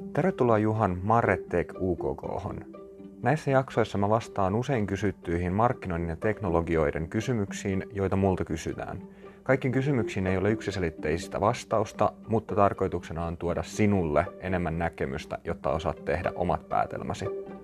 Tervetuloa Juhan Marretek UKK:hon. Näissä jaksoissa mä vastaan usein kysyttyihin markkinoinnin ja teknologioiden kysymyksiin, joita multa kysytään. Kaikkiin kysymyksiin ei ole yksiselitteistä vastausta, mutta tarkoituksena on tuoda sinulle enemmän näkemystä, jotta osaat tehdä omat päätelmäsi.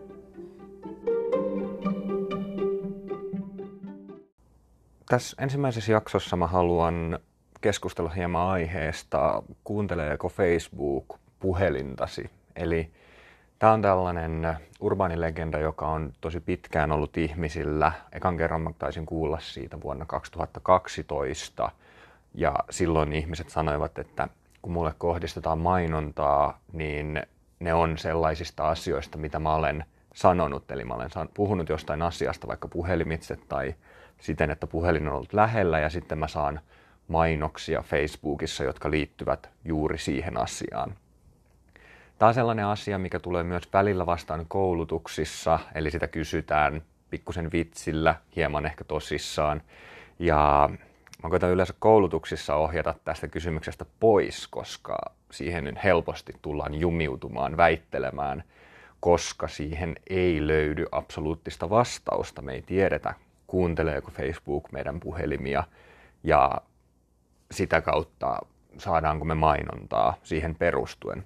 Tässä ensimmäisessä jaksossa mä haluan keskustella hieman aiheesta, kuunteleeko Facebook puhelintasi. Eli tämä on tällainen urbaani legenda, joka on tosi pitkään ollut ihmisillä. Ekan kerran mä taisin kuulla siitä vuonna 2012. Ja silloin ihmiset sanoivat, että kun mulle kohdistetaan mainontaa, niin ne on sellaisista asioista, mitä mä olen sanonut. Eli mä olen puhunut jostain asiasta, vaikka puhelimitse tai siten, että puhelin on ollut lähellä ja sitten mä saan mainoksia Facebookissa, jotka liittyvät juuri siihen asiaan. Tämä on sellainen asia, mikä tulee myös välillä vastaan koulutuksissa, eli sitä kysytään pikkusen vitsillä, hieman ehkä tosissaan. Ja mä koitan yleensä koulutuksissa ohjata tästä kysymyksestä pois, koska siihen helposti tullaan jumiutumaan, väittelemään, koska siihen ei löydy absoluuttista vastausta. Me ei tiedetä, kuunteleeko Facebook meidän puhelimia ja sitä kautta saadaanko me mainontaa siihen perustuen.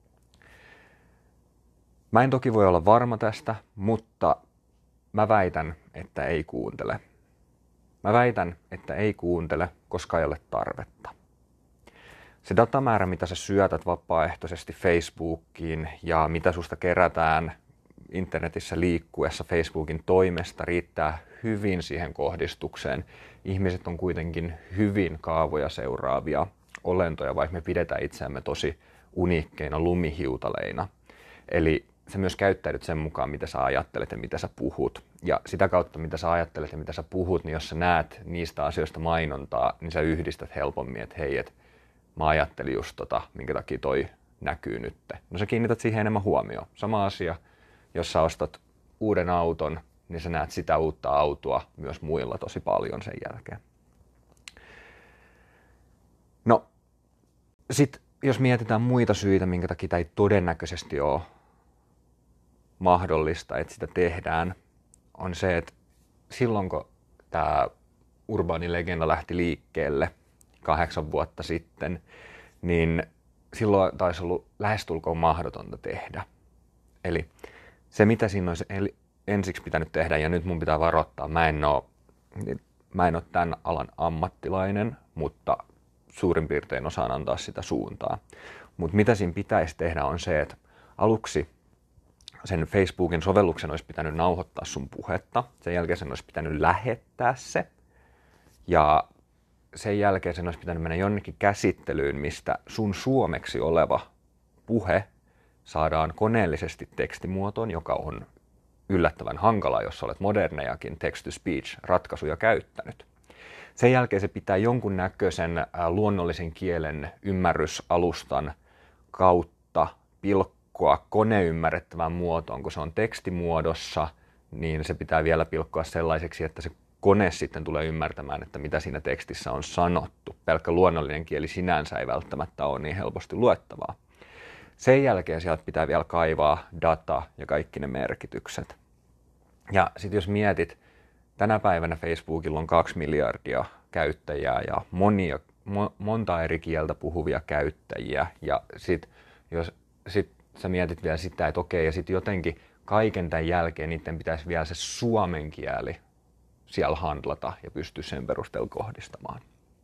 Mä en toki voi olla varma tästä, mutta mä väitän, että ei kuuntele. Mä väitän, että ei kuuntele, koska ei ole tarvetta. Se datamäärä, mitä sä syötät vapaaehtoisesti Facebookiin ja mitä susta kerätään internetissä liikkuessa Facebookin toimesta, riittää hyvin siihen kohdistukseen. Ihmiset on kuitenkin hyvin kaavoja seuraavia olentoja, vaikka me pidetään itseämme tosi uniikkeina lumihiutaleina. Eli sä myös käyttäydyt sen mukaan, mitä sä ajattelet ja mitä sä puhut. Ja sitä kautta, mitä sä ajattelet ja mitä sä puhut, niin jos sä näet niistä asioista mainontaa, niin sä yhdistät helpommin, että hei, että mä ajattelin just minkä takia toi näkyy nyt. No sä kiinnität siihen enemmän huomioon. Sama asia, jos sä ostat uuden auton, niin sä näet sitä uutta autoa myös muilla tosi paljon sen jälkeen. No, sit jos mietitään muita syitä, minkä takia tämä ei todennäköisesti ole mahdollista, että sitä tehdään, on se, että silloin kun tämä urbaani legenda lähti liikkeelle 8 vuotta sitten, niin silloin taisi ollut lähestulkoon mahdotonta tehdä. Eli se, mitä siinä olisi ensiksi pitänyt tehdä, ja nyt mun pitää varoittaa, mä en ole tämän alan ammattilainen, mutta suurin piirtein osaan antaa sitä suuntaa. Mutta mitä siinä pitäisi tehdä on se, että aluksi sen Facebookin sovelluksen olisi pitänyt nauhoittaa sun puhetta, sen jälkeen sen olisi pitänyt lähettää se, ja sen jälkeen sen olisi pitänyt mennä jonnekin käsittelyyn, mistä sun suomeksi oleva puhe saadaan koneellisesti tekstimuotoon, joka on yllättävän hankala, jos olet modernejakin text-to-speech-ratkaisuja käyttänyt. Sen jälkeen se pitää jonkun näköisen luonnollisen kielen ymmärrysalustan kautta pilkkoa koneymmärrettävään muotoon. Kun se on tekstimuodossa, niin se pitää vielä pilkkoa sellaiseksi, että se kone sitten tulee ymmärtämään, että mitä siinä tekstissä on sanottu. Pelkkä luonnollinen kieli sinänsä ei välttämättä ole niin helposti luettavaa. Sen jälkeen sieltä pitää vielä kaivaa data ja kaikki ne merkitykset. Ja sitten jos mietit, tänä päivänä Facebookilla on 2 miljardia käyttäjää ja monta eri kieltä puhuvia käyttäjiä. Ja sitten jos sä mietit vielä sitä, että okei, ja sitten jotenkin kaiken tämän jälkeen niiden pitäisi vielä se suomen kieli siellä handlata ja pystyä sen perusteella kohdistamaan.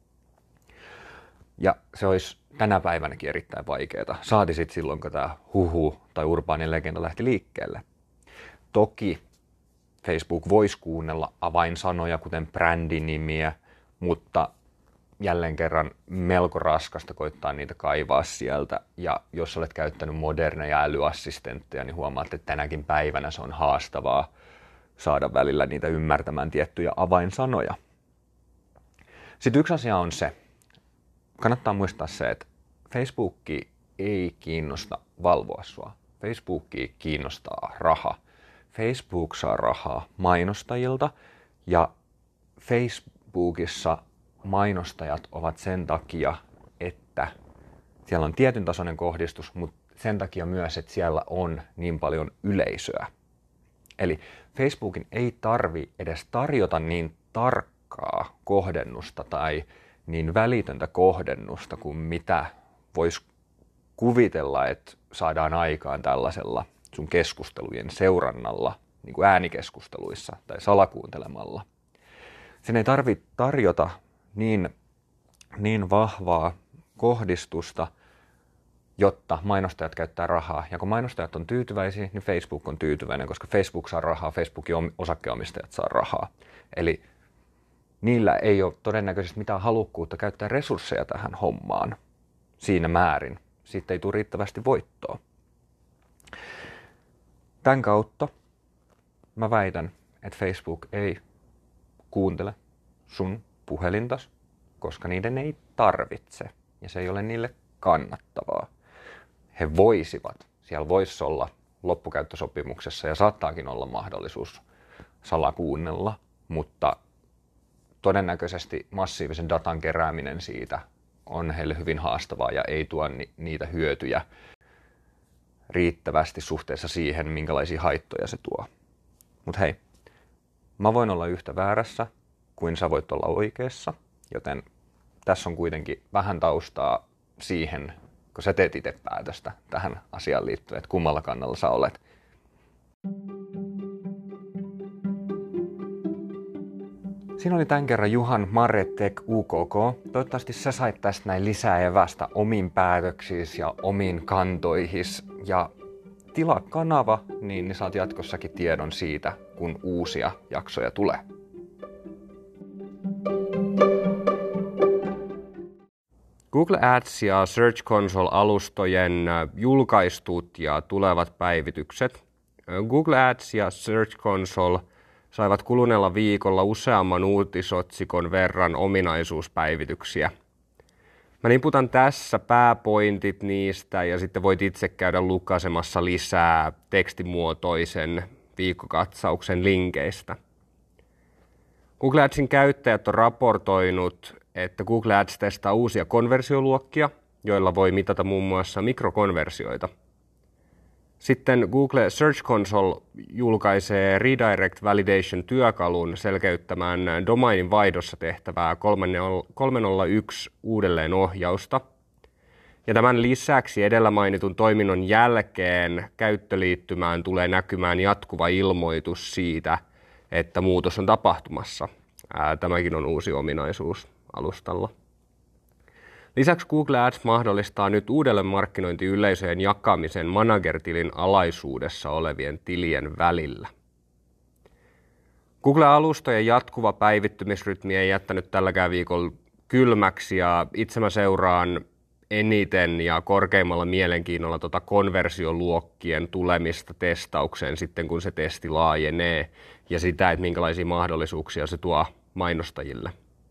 Ja se olisi tänä päivänäkin erittäin vaikeaa. Saati sitten silloin, kun tämä huhu tai urbaani legenda lähti liikkeelle. Toki Facebook voisi kuunnella avainsanoja, kuten brändinimiä, mutta jälleen kerran melko raskasta koittaa niitä kaivaa sieltä. Ja jos olet käyttänyt moderneja älyassistentteja, niin huomaat, että tänäkin päivänä se on haastavaa saada välillä niitä ymmärtämään tiettyjä avainsanoja. Sitten yksi asia on se, kannattaa muistaa se, että Facebook ei kiinnosta valvoa sua. Facebook kiinnostaa raha. Facebook saa rahaa mainostajilta ja Facebookissa mainostajat ovat sen takia, että siellä on tietyn tasoinen kohdistus, mutta sen takia myös, että siellä on niin paljon yleisöä. Eli Facebookin ei tarvi edes tarjota niin tarkkaa kohdennusta tai niin välitöntä kohdennusta kuin mitä voisi kuvitella, että saadaan aikaan tällaisella sun keskustelujen seurannalla, niin kuin äänikeskusteluissa tai salakuuntelemalla. Sen ei tarvitse tarjota niin vahvaa kohdistusta, jotta mainostajat käyttää rahaa. Ja kun mainostajat on tyytyväisiä, niin Facebook on tyytyväinen, koska Facebook saa rahaa, Facebookin osakkeenomistajat saa rahaa. Eli niillä ei ole todennäköisesti mitään halukkuutta käyttää resursseja tähän hommaan siinä määrin. Siitä ei tule riittävästi voittoa. Tämän kautta mä väitän, että Facebook ei kuuntele sun puhelintas, koska niiden ei tarvitse ja se ei ole niille kannattavaa. He voisivat, siellä voisi olla loppukäyttösopimuksessa ja saattaakin olla mahdollisuus salakuunnella, mutta todennäköisesti massiivisen datan kerääminen siitä on heille hyvin haastavaa ja ei tuo niitä hyötyjä riittävästi suhteessa siihen, minkälaisia haittoja se tuo. Mutta hei, mä voin olla yhtä väärässä kuin sä voit olla oikeassa, joten tässä on kuitenkin vähän taustaa siihen, kun sä teet itse päätöstä tähän asiaan liittyen, että kummalla kannalla sä olet. Siinä oli tämän kerran Juhan Marretek UKK. Toivottavasti sä sait tästä näin lisää evästä omiin päätöksiisi ja omiin kantoihis. Ja tilaa kanava, niin saat jatkossakin tiedon siitä, kun uusia jaksoja tulee. Google Ads ja Search Console-alustojen julkaistut ja tulevat päivitykset. Google Ads ja Search Console saivat kuluneella viikolla useamman uutisotsikon verran ominaisuuspäivityksiä. Mä niputan tässä pääpointit niistä ja sitten voit itse käydä lukaisemassa lisää tekstimuotoisen viikkokatsauksen linkeistä. Google Adsin käyttäjät on raportoinut, että Google Ads testaa uusia konversioluokkia, joilla voi mitata muun muassa mikrokonversioita. Sitten Google Search Console julkaisee Redirect Validation-työkalun selkeyttämään domainin vaihdossa tehtävää 301 uudelleenohjausta. Ja tämän lisäksi edellä mainitun toiminnon jälkeen käyttöliittymään tulee näkymään jatkuva ilmoitus siitä, että muutos on tapahtumassa. Tämäkin on uusi ominaisuus alustalla. Lisäksi Google Ads mahdollistaa nyt uudelleenmarkkinointiyleisöjen jakamisen manager-tilin alaisuudessa olevien tilien välillä. Google-alustojen jatkuva päivittymisrytmi ei jättänyt tälläkään viikolla kylmäksi ja itse mä seuraan eniten ja korkeimmalla mielenkiinnolla konversioluokkien tulemista testaukseen sitten kun se testi laajenee ja sitä, että minkälaisia mahdollisuuksia se tuo mainostajille.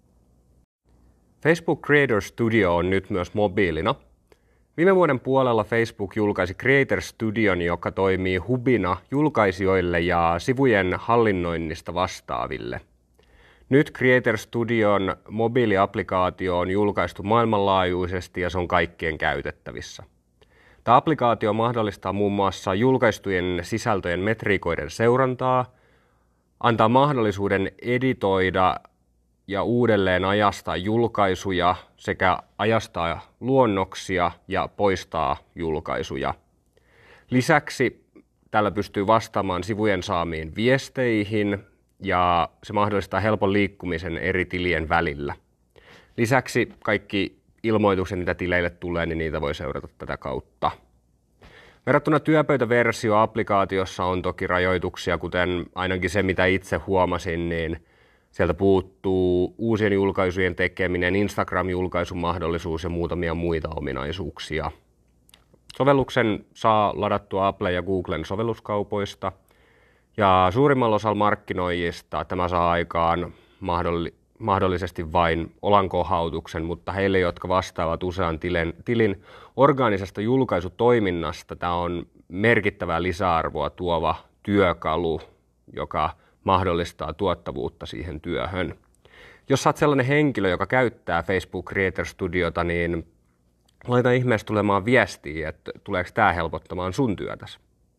Facebook Creator Studio on nyt myös mobiilina. Viime vuoden puolella Facebook julkaisi Creator Studion, joka toimii hubina julkaisijoille ja sivujen hallinnoinnista vastaaville. Nyt Creator Studion mobiiliaplikaatio on julkaistu maailmanlaajuisesti ja se on kaikkien käytettävissä. Tämä applikaatio mahdollistaa muun muassa julkaistujen sisältöjen metriikoiden seurantaa, antaa mahdollisuuden editoida ja uudelleen ajastaa julkaisuja sekä ajastaa luonnoksia ja poistaa julkaisuja. Lisäksi tällä pystyy vastaamaan sivujen saamiin viesteihin ja se mahdollistaa helpon liikkumisen eri tilien välillä. Lisäksi kaikki ilmoitukset, mitä tileille tulee, niin niitä voi seurata tätä kautta. Verrattuna työpöytäversio-applikaatiossa on toki rajoituksia, kuten ainakin se, mitä itse huomasin, niin sieltä puuttuu uusien julkaisujen tekeminen, Instagram-julkaisun mahdollisuus ja muutamia muita ominaisuuksia. Sovelluksen saa ladattua Apple ja Googlen sovelluskaupoista ja suurimmalla osalla markkinoijista tämä saa aikaan mahdollisesti vain olankohautuksen, mutta heille, jotka vastaavat usean tilin orgaanisesta julkaisutoiminnasta, tämä on merkittävää lisäarvoa tuova työkalu, joka mahdollistaa tuottavuutta siihen työhön. Jos sä oot sellainen henkilö, joka käyttää Facebook Creator Studiota, niin Laita ihmeessä tulemaan viestiä, että tuleeko tämä helpottamaan sun työtäsi.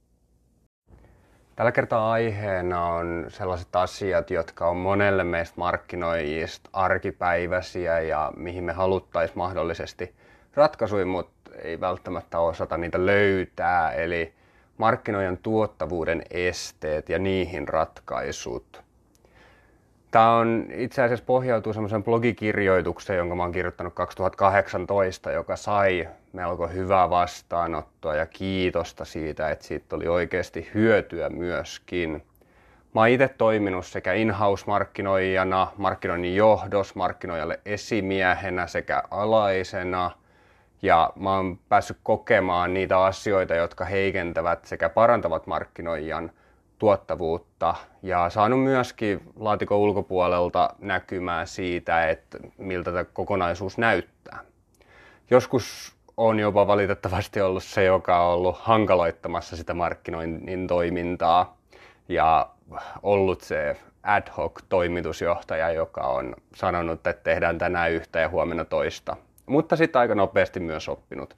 Tällä kertaa aiheena on sellaiset asiat, jotka on monelle meistä markkinoijista arkipäiväisiä ja mihin me haluttaisiin mahdollisesti ratkaisuja, mutta ei välttämättä osata niitä löytää. Eli markkinoijan tuottavuuden esteet ja niihin ratkaisut. Tämä on itse asiassa pohjautuu semmoiseen blogikirjoitukseen, jonka mä oon kirjoittanut 2018, joka sai melko hyvää vastaanottoa ja kiitosta siitä, että siitä oli oikeasti hyötyä myöskin. Mä oon itse toiminut sekä in-house-markkinoijana, markkinoinnin johdossa, markkinoijalle esimiehenä sekä alaisena. Ja mä oon päässyt kokemaan niitä asioita, jotka heikentävät sekä parantavat markkinoijan tuottavuutta ja saanut myöskin laatikon ulkopuolelta näkymää siitä, että miltä tämä kokonaisuus näyttää. Joskus on jopa valitettavasti ollut se, joka on ollut hankaloittamassa sitä markkinoinnin toimintaa ja ollut se ad hoc toimitusjohtaja, joka on sanonut, että tehdään tänään yhtä ja huomenna toista. Mutta sitten aika nopeasti myös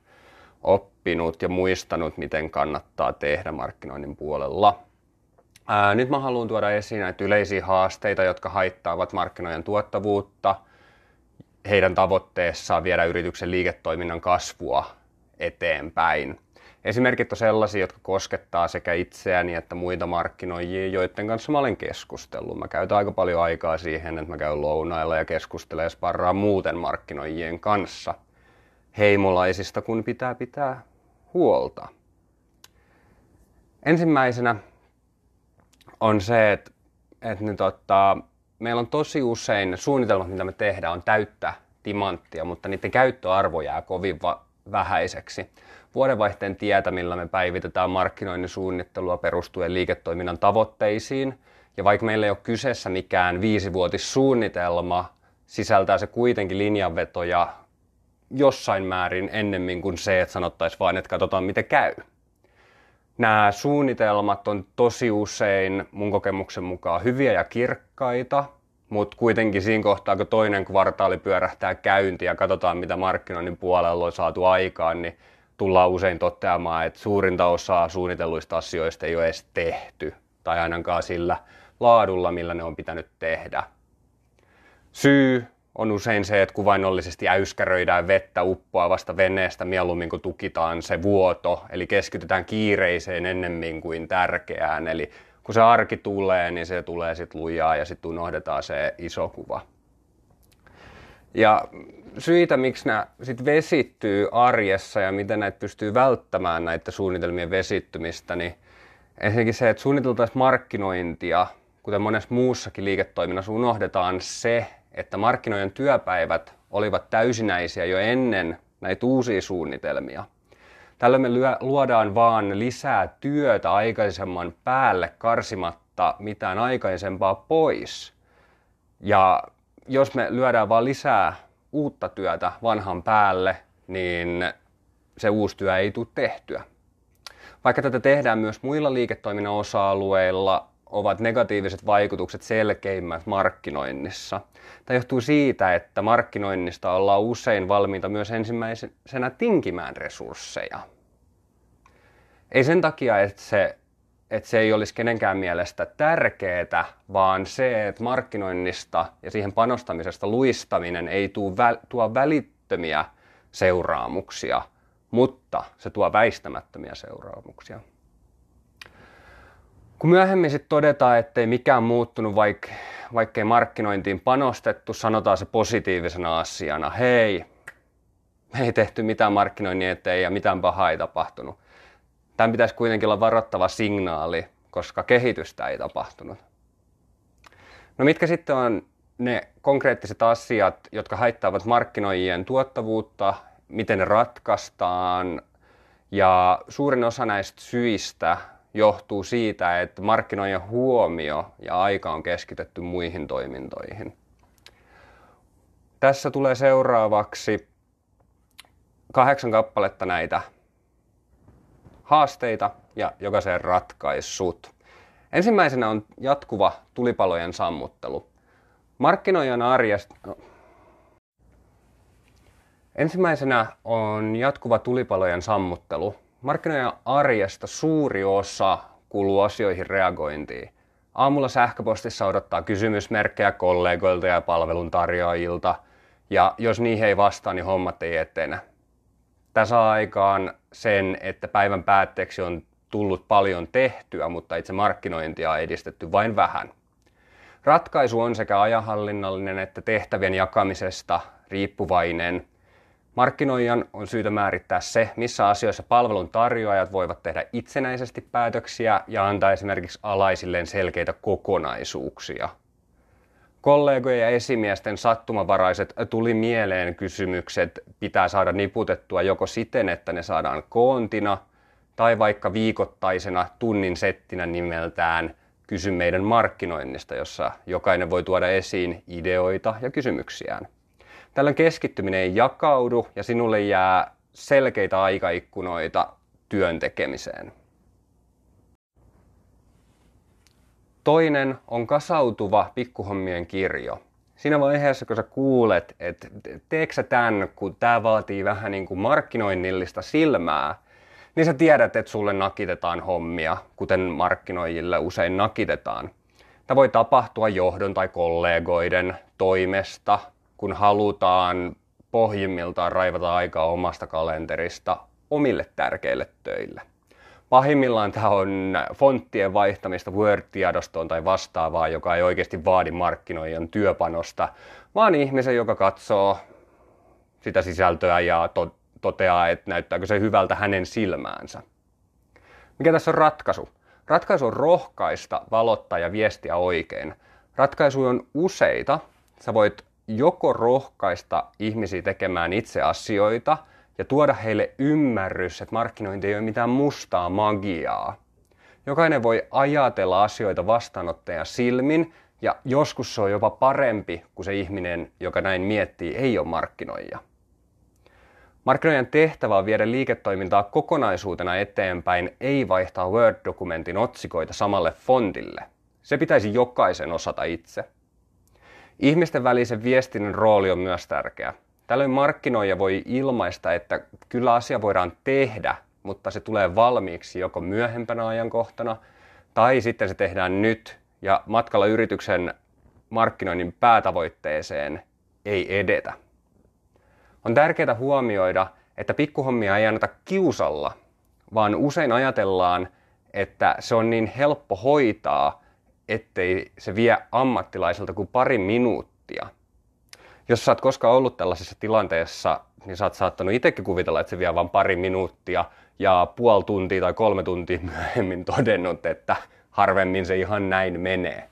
oppinut ja muistanut, miten kannattaa tehdä markkinoinnin puolella. Nyt mä haluan tuoda esiin näitä yleisiä haasteita, jotka haittaavat markkinoijan tuottavuutta, heidän tavoitteessaan viedä yrityksen liiketoiminnan kasvua eteenpäin. Esimerkit on sellaisia, jotka koskettaa sekä itseäni että muita markkinoijia, joiden kanssa mä olen keskustellut. Mä käytän aika paljon aikaa siihen, että mä käyn lounailla ja keskustelen ja sparraan muuten markkinoijien kanssa. Heimolaisista kun pitää huolta. Ensimmäisenä on se, että meillä on tosi usein suunnitelmat, mitä me tehdään, on täyttä timanttia, mutta niiden käyttöarvo jää kovin vähäiseksi. Vuodenvaihteen tietämillä me päivitetään markkinoinnin suunnittelua perustuen liiketoiminnan tavoitteisiin, ja vaikka meillä ei ole kyseessä mikään 5-vuotissuunnitelma, sisältää se kuitenkin linjanvetoja jossain määrin ennemmin kuin se, että sanottaisiin vain, että katsotaan miten käy. Nämä suunnitelmat on tosi usein mun kokemuksen mukaan hyviä ja kirkkaita, mutta kuitenkin siinä kohtaa, kun toinen kvartaali pyörähtää käyntiin ja katsotaan, mitä markkinoinnin puolella on saatu aikaan, niin tullaan usein toteamaan, että suurinta osaa suunnitelluista asioista ei ole edes tehty, tai ainakaan sillä laadulla, millä ne on pitänyt tehdä. Syy on usein se, että kuvainnollisesti äyskäröidään vettä uppoavasta veneestä mieluummin kuin tukitaan se vuoto, eli keskitytään kiireiseen ennemmin kuin tärkeään. Eli kun se arki tulee, niin se tulee sitten lujaa ja sitten unohdetaan se iso kuva. Ja syitä, miksi nämä sitten vesittyy arjessa ja miten näitä pystyy välttämään näitä suunnitelmien vesittymistä, niin ensinnäkin se, että suunniteltaisiin markkinointia, kuten monessa muussakin liiketoiminnassa unohdetaan se, että markkinoijan työpäivät olivat täysinäisiä jo ennen näitä uusia suunnitelmia. Tällöin me luodaan vaan lisää työtä aikaisemman päälle karsimatta mitään aikaisempaa pois. Ja jos me lyödään vaan lisää uutta työtä vanhan päälle, niin se uusi työ ei tule tehtyä. Vaikka tätä tehdään myös muilla liiketoiminnan osa-alueilla, ovat negatiiviset vaikutukset selkeimmät markkinoinnissa. Tämä johtuu siitä, että markkinoinnista ollaan usein valmiita myös ensimmäisenä tinkimään resursseja. Ei sen takia, että se ei olisi kenenkään mielestä tärkeää, vaan se, että markkinoinnista ja siihen panostamisesta luistaminen ei tuo välittömiä seuraamuksia, mutta se tuo väistämättömiä seuraamuksia. Kun myöhemmin sitten todetaan, ettei mikään muuttunut, vaikkei markkinointiin panostettu, sanotaan se positiivisena asiana. Hei, me ei tehty mitään markkinoinnin eteen ja mitään pahaa ei tapahtunut. Tämän pitäisi kuitenkin olla varoittava signaali, koska kehitystä ei tapahtunut. No mitkä sitten on ne konkreettiset asiat, jotka haittaavat markkinoijien tuottavuutta, miten ne ratkaistaan, ja suurin osa näistä syistä johtuu siitä, että markkinoijan huomio ja aika on keskitetty muihin toimintoihin. Tässä tulee seuraavaksi 8 kappaletta näitä haasteita ja jokaisen ratkaisut. Ensimmäisenä on jatkuva tulipalojen sammuttelu. Markkinoijan arjesta... Ensimmäisenä on jatkuva tulipalojen sammuttelu. Markkinoiden arjesta suuri osa kuluu asioihin reagointiin. Aamulla sähköpostissa odottaa kysymysmerkkejä kollegoilta ja palveluntarjoajilta, ja jos niihin ei vastaa, niin hommat ei etene. Tämä saa aikaan sen, että päivän päätteeksi on tullut paljon tehtyä, mutta itse markkinointia on edistetty vain vähän. Ratkaisu on sekä ajanhallinnallinen että tehtävien jakamisesta riippuvainen. Markkinoijan on syytä määrittää se, missä asioissa palvelun tarjoajat voivat tehdä itsenäisesti päätöksiä ja antaa esimerkiksi alaisilleen selkeitä kokonaisuuksia. Kollegojen ja esimiesten sattumavaraiset tuli mieleen kysymykset pitää saada niputettua joko siten, että ne saadaan koontina tai vaikka viikoittaisena tunnin settinä nimeltään Kysy meidän markkinoinnista, jossa jokainen voi tuoda esiin ideoita ja kysymyksiään. Tällöin keskittyminen ei jakaudu ja sinulle jää selkeitä aikaikkunoita työn tekemiseen. Toinen on kasautuva pikkuhommien kirjo. Siinä vaiheessa, kun sä kuulet, että teekö sä tämän, kun tää vaatii vähän niin kuin markkinoinnillista silmää, niin sä tiedät, että sulle nakitetaan hommia, kuten markkinoijille usein nakitetaan. Tämä voi tapahtua johdon tai kollegoiden toimesta, kun halutaan pohjimmiltaan raivata aikaa omasta kalenterista omille tärkeille töille. Pahimmillaan tämä on fonttien vaihtamista Word-tiedostoon tai vastaavaa, joka ei oikeasti vaadi markkinoijan työpanosta, vaan ihmisen, joka katsoo sitä sisältöä ja toteaa, että näyttääkö se hyvältä hänen silmäänsä. Mikä tässä on ratkaisu? Ratkaisu on rohkaista, valottaa ja viestiä oikein. Ratkaisu on useita. Sä voit joko rohkaista ihmisiä tekemään itse asioita ja tuoda heille ymmärrys, että markkinointi ei ole mitään mustaa magiaa. Jokainen voi ajatella asioita vastaanottajan silmin ja joskus se on jopa parempi kuin se ihminen, joka näin miettii, ei ole markkinoija. Markkinoijan tehtävä on viedä liiketoimintaa kokonaisuutena eteenpäin, ei vaihtaa Word-dokumentin otsikoita samalle fontille. Se pitäisi jokaisen osata itse. Ihmisten välisen viestinnän rooli on myös tärkeä. Tällöin markkinoija voi ilmaista, että kyllä asia voidaan tehdä, mutta se tulee valmiiksi joko myöhempänä ajankohtana tai sitten se tehdään nyt ja matkalla yrityksen markkinoinnin päätavoitteeseen ei edetä. On tärkeää huomioida, että pikkuhommia ei anneta kiusalla, vaan usein ajatellaan, että se on niin helppo hoitaa, ettei se vie ammattilaiselta kuin pari minuuttia. Jos sä oot koskaan ollut tällaisessa tilanteessa, niin sä oot saattanut itsekin kuvitella, että se vie vain pari minuuttia ja puoli tuntia tai 3 tuntia myöhemmin todennut, että harvemmin se ihan näin menee.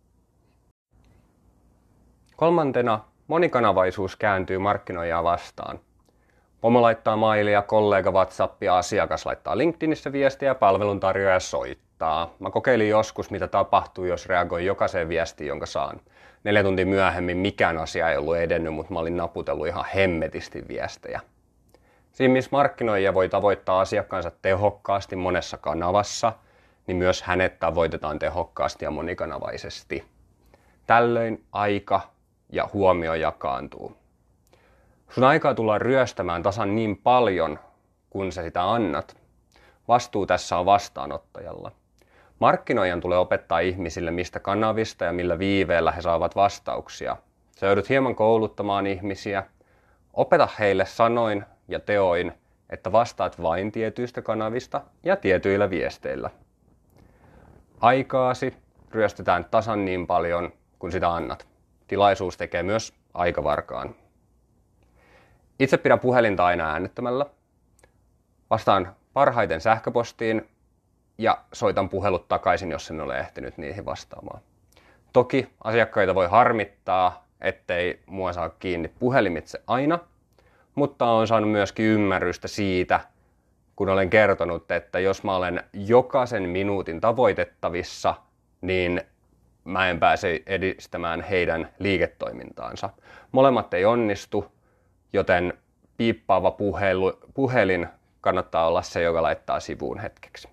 Kolmantena, monikanavaisuus kääntyy markkinoijaa vastaan. Pomo laittaa mailia, kollega WhatsAppia, asiakas laittaa LinkedInissä viestiä ja palveluntarjoaja soittaa. Mä kokeilin joskus, mitä tapahtuu, jos reagoin jokaiseen viestiin, jonka saan. 4 tuntia myöhemmin mikään asia ei ollut edennyt, mutta mä olin naputellut ihan hemmetisti viestejä. Siinä missä markkinoija voi tavoittaa asiakkaansa tehokkaasti monessa kanavassa, niin myös hänet tavoitetaan tehokkaasti ja monikanavaisesti. Tällöin aika ja huomio jakaantuu. Sun aikaa tullaan ryöstämään tasan niin paljon, kun sä sitä annat. Vastuu tässä on vastaanottajalla. Markkinoijan tulee opettaa ihmisille, mistä kanavista ja millä viiveellä he saavat vastauksia. Sä joudut hieman kouluttamaan ihmisiä. Opeta heille sanoin ja teoin, että vastaat vain tietyistä kanavista ja tietyillä viesteillä. Aikaasi ryöstetään tasan niin paljon, kun sitä annat. Tilaisuus tekee myös aikavarkaan. Itse pidän puhelinta aina äänettömällä. Vastaan parhaiten sähköpostiin ja soitan puhelut takaisin, jos en ole ehtinyt niihin vastaamaan. Toki asiakkaita voi harmittaa, ettei mua saa kiinni puhelimitse aina, mutta olen saanut myöskin ymmärrystä siitä, kun olen kertonut, että jos mä olen jokaisen minuutin tavoitettavissa, niin mä en pääse edistämään heidän liiketoimintaansa. Molemmat ei onnistu, joten piippaava puhelin kannattaa olla se, joka laittaa sivuun hetkeksi.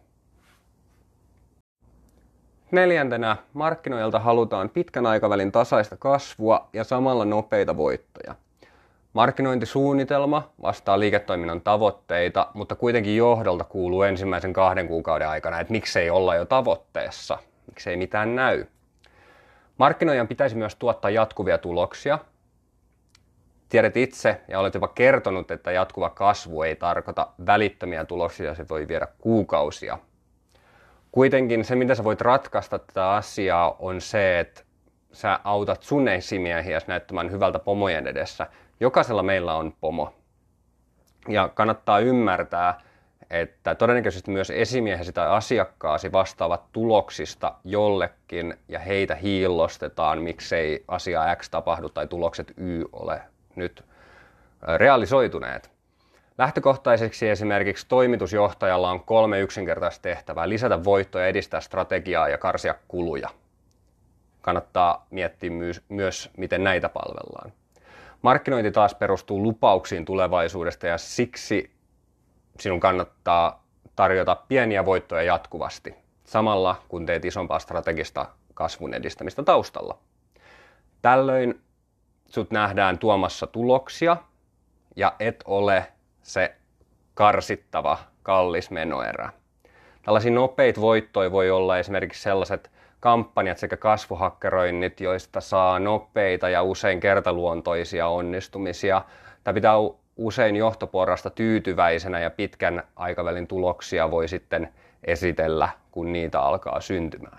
4. markkinoilta halutaan pitkän aikavälin tasaista kasvua ja samalla nopeita voittoja. Markkinointisuunnitelma vastaa liiketoiminnan tavoitteita, mutta kuitenkin johdolta kuuluu ensimmäisen 2 kuukauden aikana, että miksei olla jo tavoitteessa, miksei mitään näy. Markkinoijan pitäisi myös tuottaa jatkuvia tuloksia. Tiedät itse ja olet jopa kertonut, että jatkuva kasvu ei tarkoita välittömiä tuloksia, se voi viedä kuukausia. Kuitenkin se, mitä sä voit ratkaista tätä asiaa, on se, että sä autat sun esimiehiä näyttämään hyvältä pomojen edessä. Jokaisella meillä on pomo. Ja kannattaa ymmärtää, että todennäköisesti myös esimiehesi tai asiakkaasi vastaavat tuloksista jollekin ja heitä hiillostetaan, miksei asia X tapahdu tai tulokset Y ole nyt realisoituneet. Lähtökohtaiseksi esimerkiksi toimitusjohtajalla on 3 yksinkertaista tehtävää: lisätä voittoja, edistää strategiaa ja karsia kuluja. Kannattaa miettiä myös, miten näitä palvellaan. Markkinointi taas perustuu lupauksiin tulevaisuudesta ja siksi sinun kannattaa tarjota pieniä voittoja jatkuvasti, samalla kun teet isompaa strategista kasvun edistämistä taustalla. Tällöin sut nähdään tuomassa tuloksia ja et ole se karsittava kallis menoerä. Tällaisia nopeita voittoja voi olla esimerkiksi sellaiset kampanjat sekä kasvuhakkeroinnit, joista saa nopeita ja usein kertaluontoisia onnistumisia. Tämä pitää usein johtoporrasta tyytyväisenä ja pitkän aikavälin tuloksia voi sitten esitellä, kun niitä alkaa syntymään.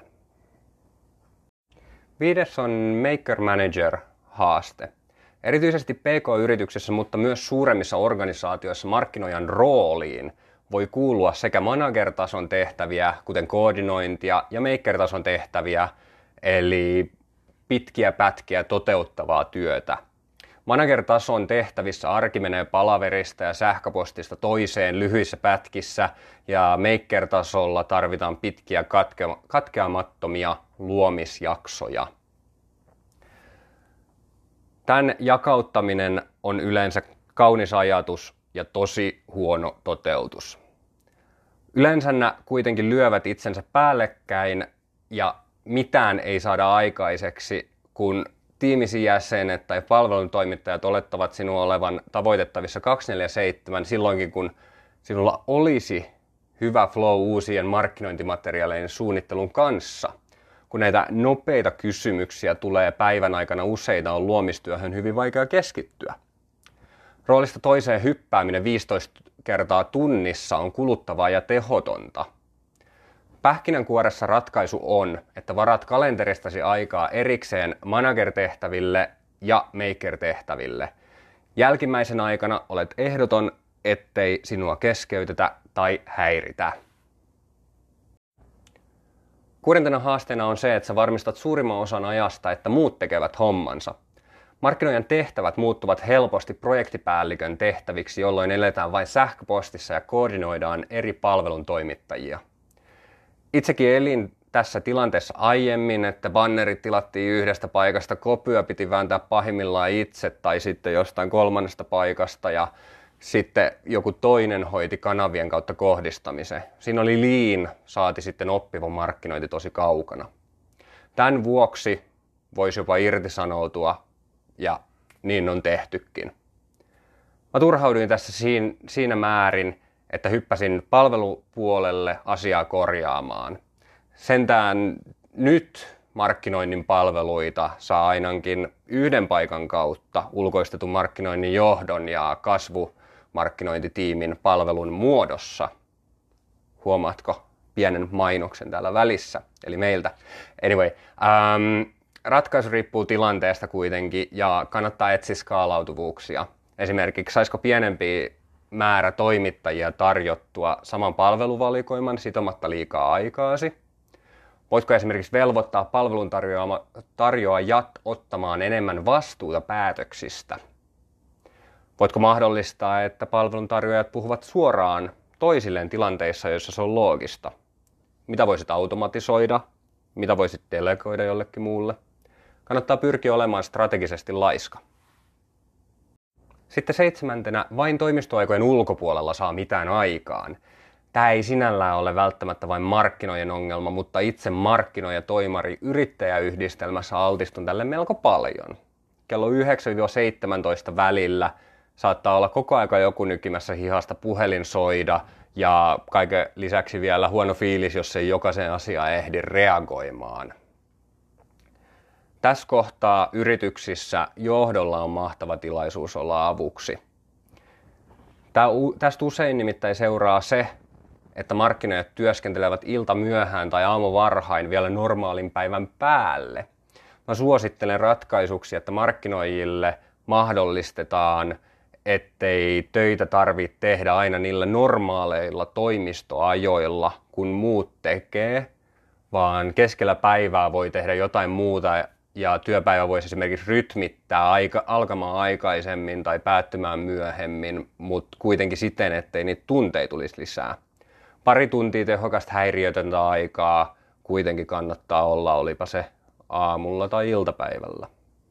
5. on Maker Manager -haaste. Erityisesti PK-yrityksissä, mutta myös suuremmissa organisaatioissa markkinoijan rooliin voi kuulua sekä manager-tason tehtäviä, kuten koordinointia, ja maker-tason tehtäviä, eli pitkiä pätkiä toteuttavaa työtä. Manager-tason tehtävissä arki menee palaverista ja sähköpostista toiseen lyhyissä pätkissä, ja maker-tasolla tarvitaan pitkiä katkeamattomia luomisjaksoja. Tämän jakauttaminen on yleensä kaunis ajatus ja tosi huono toteutus. Yleensä nämä kuitenkin lyövät itsensä päällekkäin ja mitään ei saada aikaiseksi, kun tiimisi jäsenet tai palveluntoimittajat olettavat sinua olevan tavoitettavissa 24/7 silloinkin, kun sinulla olisi hyvä flow uusien markkinointimateriaalien suunnittelun kanssa. Kun näitä nopeita kysymyksiä tulee päivän aikana useita, on luomistyöhön hyvin vaikea keskittyä. Roolista toiseen hyppääminen 15 kertaa tunnissa on kuluttavaa ja tehotonta. Pähkinänkuoressa ratkaisu on, että varaat kalenteristasi aikaa erikseen manager-tehtäville ja maker-tehtäville. Jälkimmäisen aikana olet ehdoton, ettei sinua keskeytetä tai häiritä. 6. haasteena on se, että sä varmistat suurimman osan ajasta, että muut tekevät hommansa. Markkinoijan tehtävät muuttuvat helposti projektipäällikön tehtäviksi, jolloin eletään vain sähköpostissa ja koordinoidaan eri palveluntoimittajia. Itsekin elin tässä tilanteessa aiemmin, että bannerit tilattiin yhdestä paikasta, kopyä piti vääntää pahimmillaan itse tai sitten jostain 3. paikasta ja sitten joku toinen hoiti kanavien kautta kohdistamisen. Siinä oli lean, saati sitten oppiva markkinointi tosi kaukana. Tämän vuoksi voisi jopa irtisanoutua ja niin on tehtykin. Mä turhauduin tässä siinä määrin, että hyppäsin palvelupuolelle asiaa korjaamaan. Sentään nyt markkinoinnin palveluita saa ainakin yhden paikan kautta ulkoistetun markkinoinnin johdon ja kasvumarkkinointitiimin palvelun muodossa. Huomaatko pienen mainoksen täällä välissä, eli meiltä. Anyway, ratkaisu riippuu tilanteesta kuitenkin ja kannattaa etsiä skaalautuvuuksia. Esimerkiksi saisiko pienempi määrä toimittajia tarjottua saman palveluvalikoiman sitomatta liikaa aikaasi? Voitko esimerkiksi velvoittaa palveluntarjoajat ottamaan enemmän vastuuta päätöksistä? Voitko mahdollistaa, että palveluntarjoajat puhuvat suoraan toisilleen tilanteissa, joissa se on loogista? Mitä voisit automatisoida? Mitä voisit delegoida jollekin muulle? Kannattaa pyrkiä olemaan strategisesti laiska. Sitten 7. vain toimistoaikojen ulkopuolella saa mitään aikaan. Tämä ei sinällään ole välttämättä vain markkinoiden ongelma, mutta itse markkinoija, toimari, yrittäjäyhdistelmässä altistun tälle melko paljon. kello 9-17 välillä saattaa olla koko aika joku nykimässä hihasta, puhelin soida ja kaiken lisäksi vielä huono fiilis, jos ei jokaisen asiaan ehdi reagoimaan. Tässä kohtaa yrityksissä johdolla on mahtava tilaisuus olla avuksi. Tästä usein nimittäin seuraa se, että markkinoijat työskentelevät ilta myöhään tai aamu varhain vielä normaalin päivän päälle. Mä suosittelen ratkaisuksi, että markkinoijille mahdollistetaan, ettei töitä tarvitse tehdä aina niillä normaaleilla toimistoajoilla, kun muut tekee, vaan keskellä päivää voi tehdä jotain muuta ja työpäivä voisi esimerkiksi rytmittää alkamaan aikaisemmin tai päättymään myöhemmin, mutta kuitenkin siten, ettei niitä tunteja tulisi lisää. Pari tuntia tehokasta häiriötöntä aikaa kuitenkin kannattaa olla, olipa se aamulla tai iltapäivällä.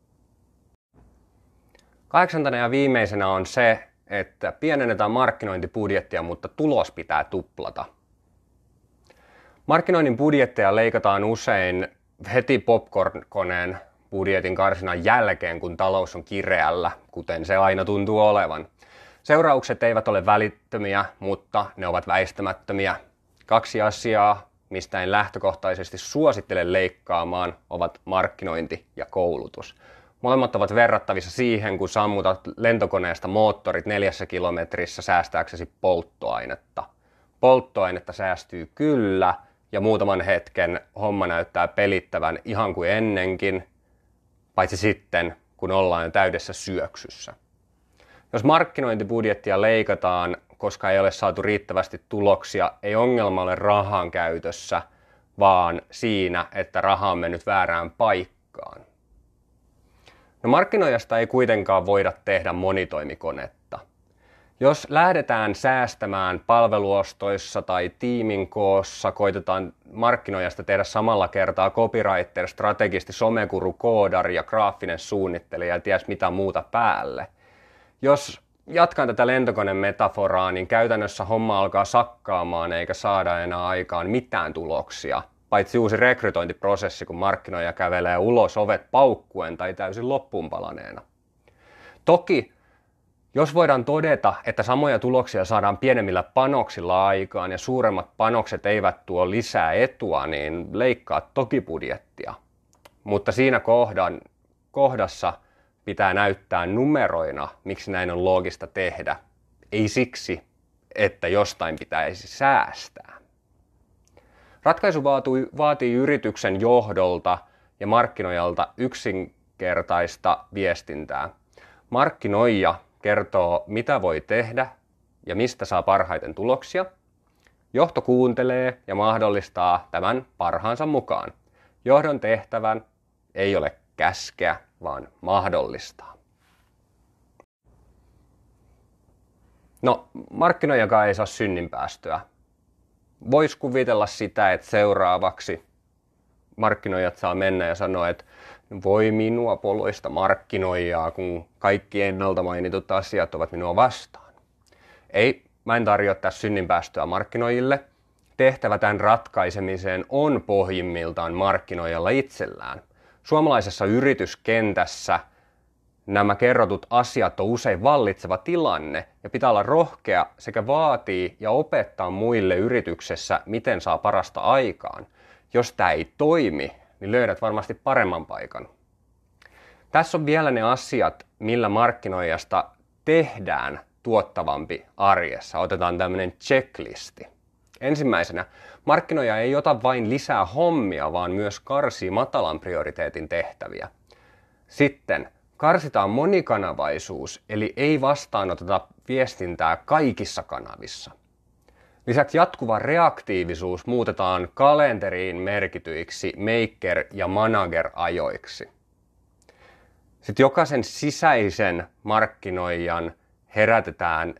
8. ja viimeisenä on se, että pienennetään markkinointibudjettia, mutta tulos pitää tuplata. Markkinoinnin budjetteja leikataan usein heti popcorn-koneen budjetin karsinnan jälkeen, kun talous on kireällä, kuten se aina tuntuu olevan. Seuraukset eivät ole välittömiä, mutta ne ovat väistämättömiä. 2 asiaa, mistä en lähtökohtaisesti suosittele leikkaamaan, ovat markkinointi ja koulutus. Molemmat ovat verrattavissa siihen, kun sammutat lentokoneesta moottorit 4 kilometrissä säästääksesi polttoainetta. Polttoainetta säästyy kyllä, ja muutaman hetken homma näyttää pelittävän ihan kuin ennenkin, paitsi sitten, kun ollaan täydessä syöksyssä. Jos markkinointibudjettia leikataan, koska ei ole saatu riittävästi tuloksia, ei ongelma ole rahan käytössä, vaan siinä, että raha on mennyt väärään paikkaan. No markkinoijasta ei kuitenkaan voida tehdä monitoimikonetta. Jos lähdetään säästämään palveluostoissa tai tiimin koossa, koitetaan markkinoijasta tehdä samalla kertaa copywriter, strategisti, someguru, koodari ja graafinen suunnittelija ja ties mitä muuta päälle. Jos jatkan tätä lentokoneen metaforaa, niin käytännössä homma alkaa sakkaamaan eikä saada enää aikaan mitään tuloksia, paitsi uusi rekrytointiprosessi, kun markkinoija kävelee ulos ovet paukkuen tai täysin loppuun palaneena. Toki, jos voidaan todeta, että samoja tuloksia saadaan pienemmillä panoksilla aikaan ja suuremmat panokset eivät tuo lisää etua, niin leikkaa toki budjettia. Mutta siinä kohdassa pitää näyttää numeroina, miksi näin on loogista tehdä. Ei siksi, että jostain pitäisi säästää. Ratkaisu vaatii yrityksen johdolta ja markkinoijalta yksinkertaista viestintää. Markkinoija kertoo, mitä voi tehdä ja mistä saa parhaiten tuloksia. Johto kuuntelee ja mahdollistaa tämän parhaansa mukaan. Johdon tehtävän ei ole käskeä, vaan mahdollistaa. No, markkinoijakaan ei saa synninpäästöä. Voisi kuvitella sitä, että seuraavaksi markkinoijat saa mennä ja sanoa, että voi minua poloista markkinoijaa, kun kaikki ennalta mainitut asiat ovat minua vastaan. Ei, mä en tarjoa tässä synninpäästöä markkinoijille. Tehtävä tämän ratkaisemiseen on pohjimmiltaan markkinoijalla itsellään. Suomalaisessa yrityskentässä nämä kerrotut asiat on usein vallitseva tilanne ja pitää olla rohkea sekä vaatii ja opettaa muille yrityksessä, miten saa parasta aikaan. Jos tämä ei toimi, niin löydät varmasti paremman paikan. Tässä on vielä ne asiat, millä markkinoijasta tehdään tuottavampi arjessa. Otetaan tämmöinen checklisti. Ensimmäisenä, markkinoija ei ota vain lisää hommia, vaan myös karsii matalan prioriteetin tehtäviä. Sitten karsitaan monikanavaisuus, eli ei vastaanoteta viestintää kaikissa kanavissa. Lisäksi jatkuva reaktiivisuus muutetaan kalenteriin merkityiksi maker- ja manager-ajoiksi. Sitten jokaisen sisäisen markkinoijan herätetään,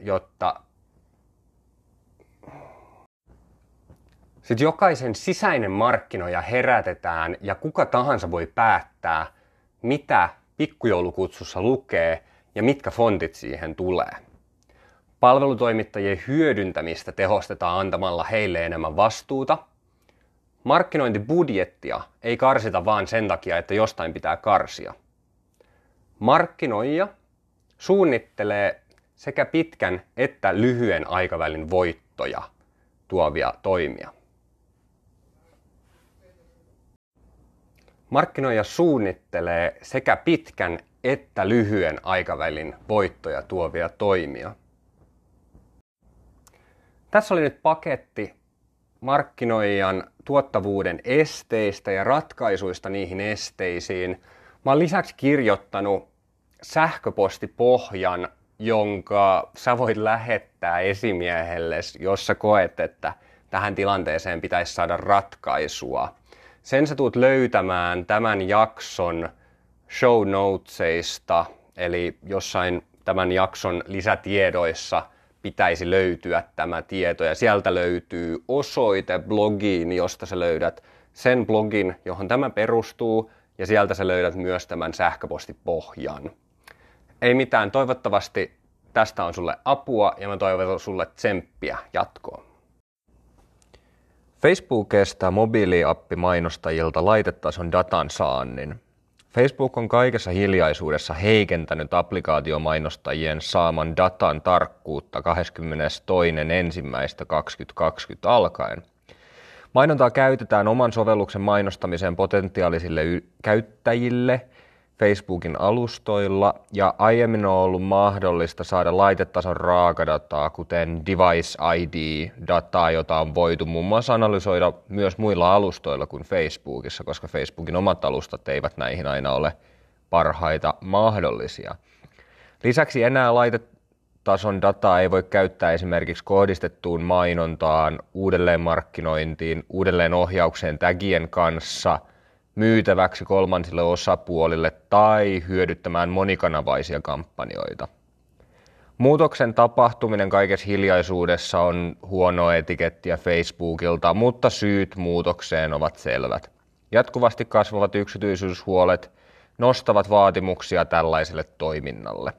jokaisen sisäinen markkinoija herätetään ja kuka tahansa voi päättää, mitä pikkujoulukutsussa lukee ja mitkä fontit siihen tulee. Palvelutoimittajien hyödyntämistä tehostetaan antamalla heille enemmän vastuuta. Markkinointibudjettia ei karsita vaan sen takia, että jostain pitää karsia. Markkinoija suunnittelee sekä pitkän että lyhyen aikavälin voittoja tuovia toimia. Markkinoija suunnittelee sekä pitkän että lyhyen aikavälin voittoja tuovia toimia. Tässä oli nyt paketti markkinoijan tuottavuuden esteistä ja ratkaisuista niihin esteisiin. Mä oon lisäksi kirjoittanut sähköpostipohjan, jonka sä voit lähettää esimiehelles, jos sä koet, että tähän tilanteeseen pitäisi saada ratkaisua. Sen sä tulet löytämään tämän jakson show notesista, eli jossain tämän jakson lisätiedoissa pitäisi löytyä tämä tieto, ja sieltä löytyy osoite blogiin, josta sä löydät sen blogin, johon tämä perustuu, ja sieltä sä löydät myös tämän sähköpostipohjan. Ei mitään, toivottavasti tästä on sulle apua, ja mä toivotan sulle tsemppiä jatkoon. Facebook estää mobiiliappimainostajilta laitetason datan saannin. Facebook on kaikessa hiljaisuudessa heikentänyt applikaatiomainostajien saaman datan tarkkuutta 22.1.2020 alkaen. Mainontaa käytetään oman sovelluksen mainostamiseen potentiaalisille käyttäjille Facebookin alustoilla, ja aiemmin on ollut mahdollista saada laitetason raakadataa, kuten Device ID-dataa, jota on voitu muun muassa analysoida myös muilla alustoilla kuin Facebookissa, koska Facebookin omat alustat eivät näihin aina ole parhaita mahdollisia. Lisäksi enää laitetason dataa ei voi käyttää esimerkiksi kohdistettuun mainontaan, uudelleenmarkkinointiin, uudelleenohjaukseen tagien kanssa, myytäväksi kolmansille osapuolille tai hyödyttämään monikanavaisia kampanjoita. Muutoksen tapahtuminen kaikessa hiljaisuudessa on huonoa etikettiä Facebookilta, mutta syyt muutokseen ovat selvät. Jatkuvasti kasvavat yksityisyyshuolet nostavat vaatimuksia tällaiselle toiminnalle.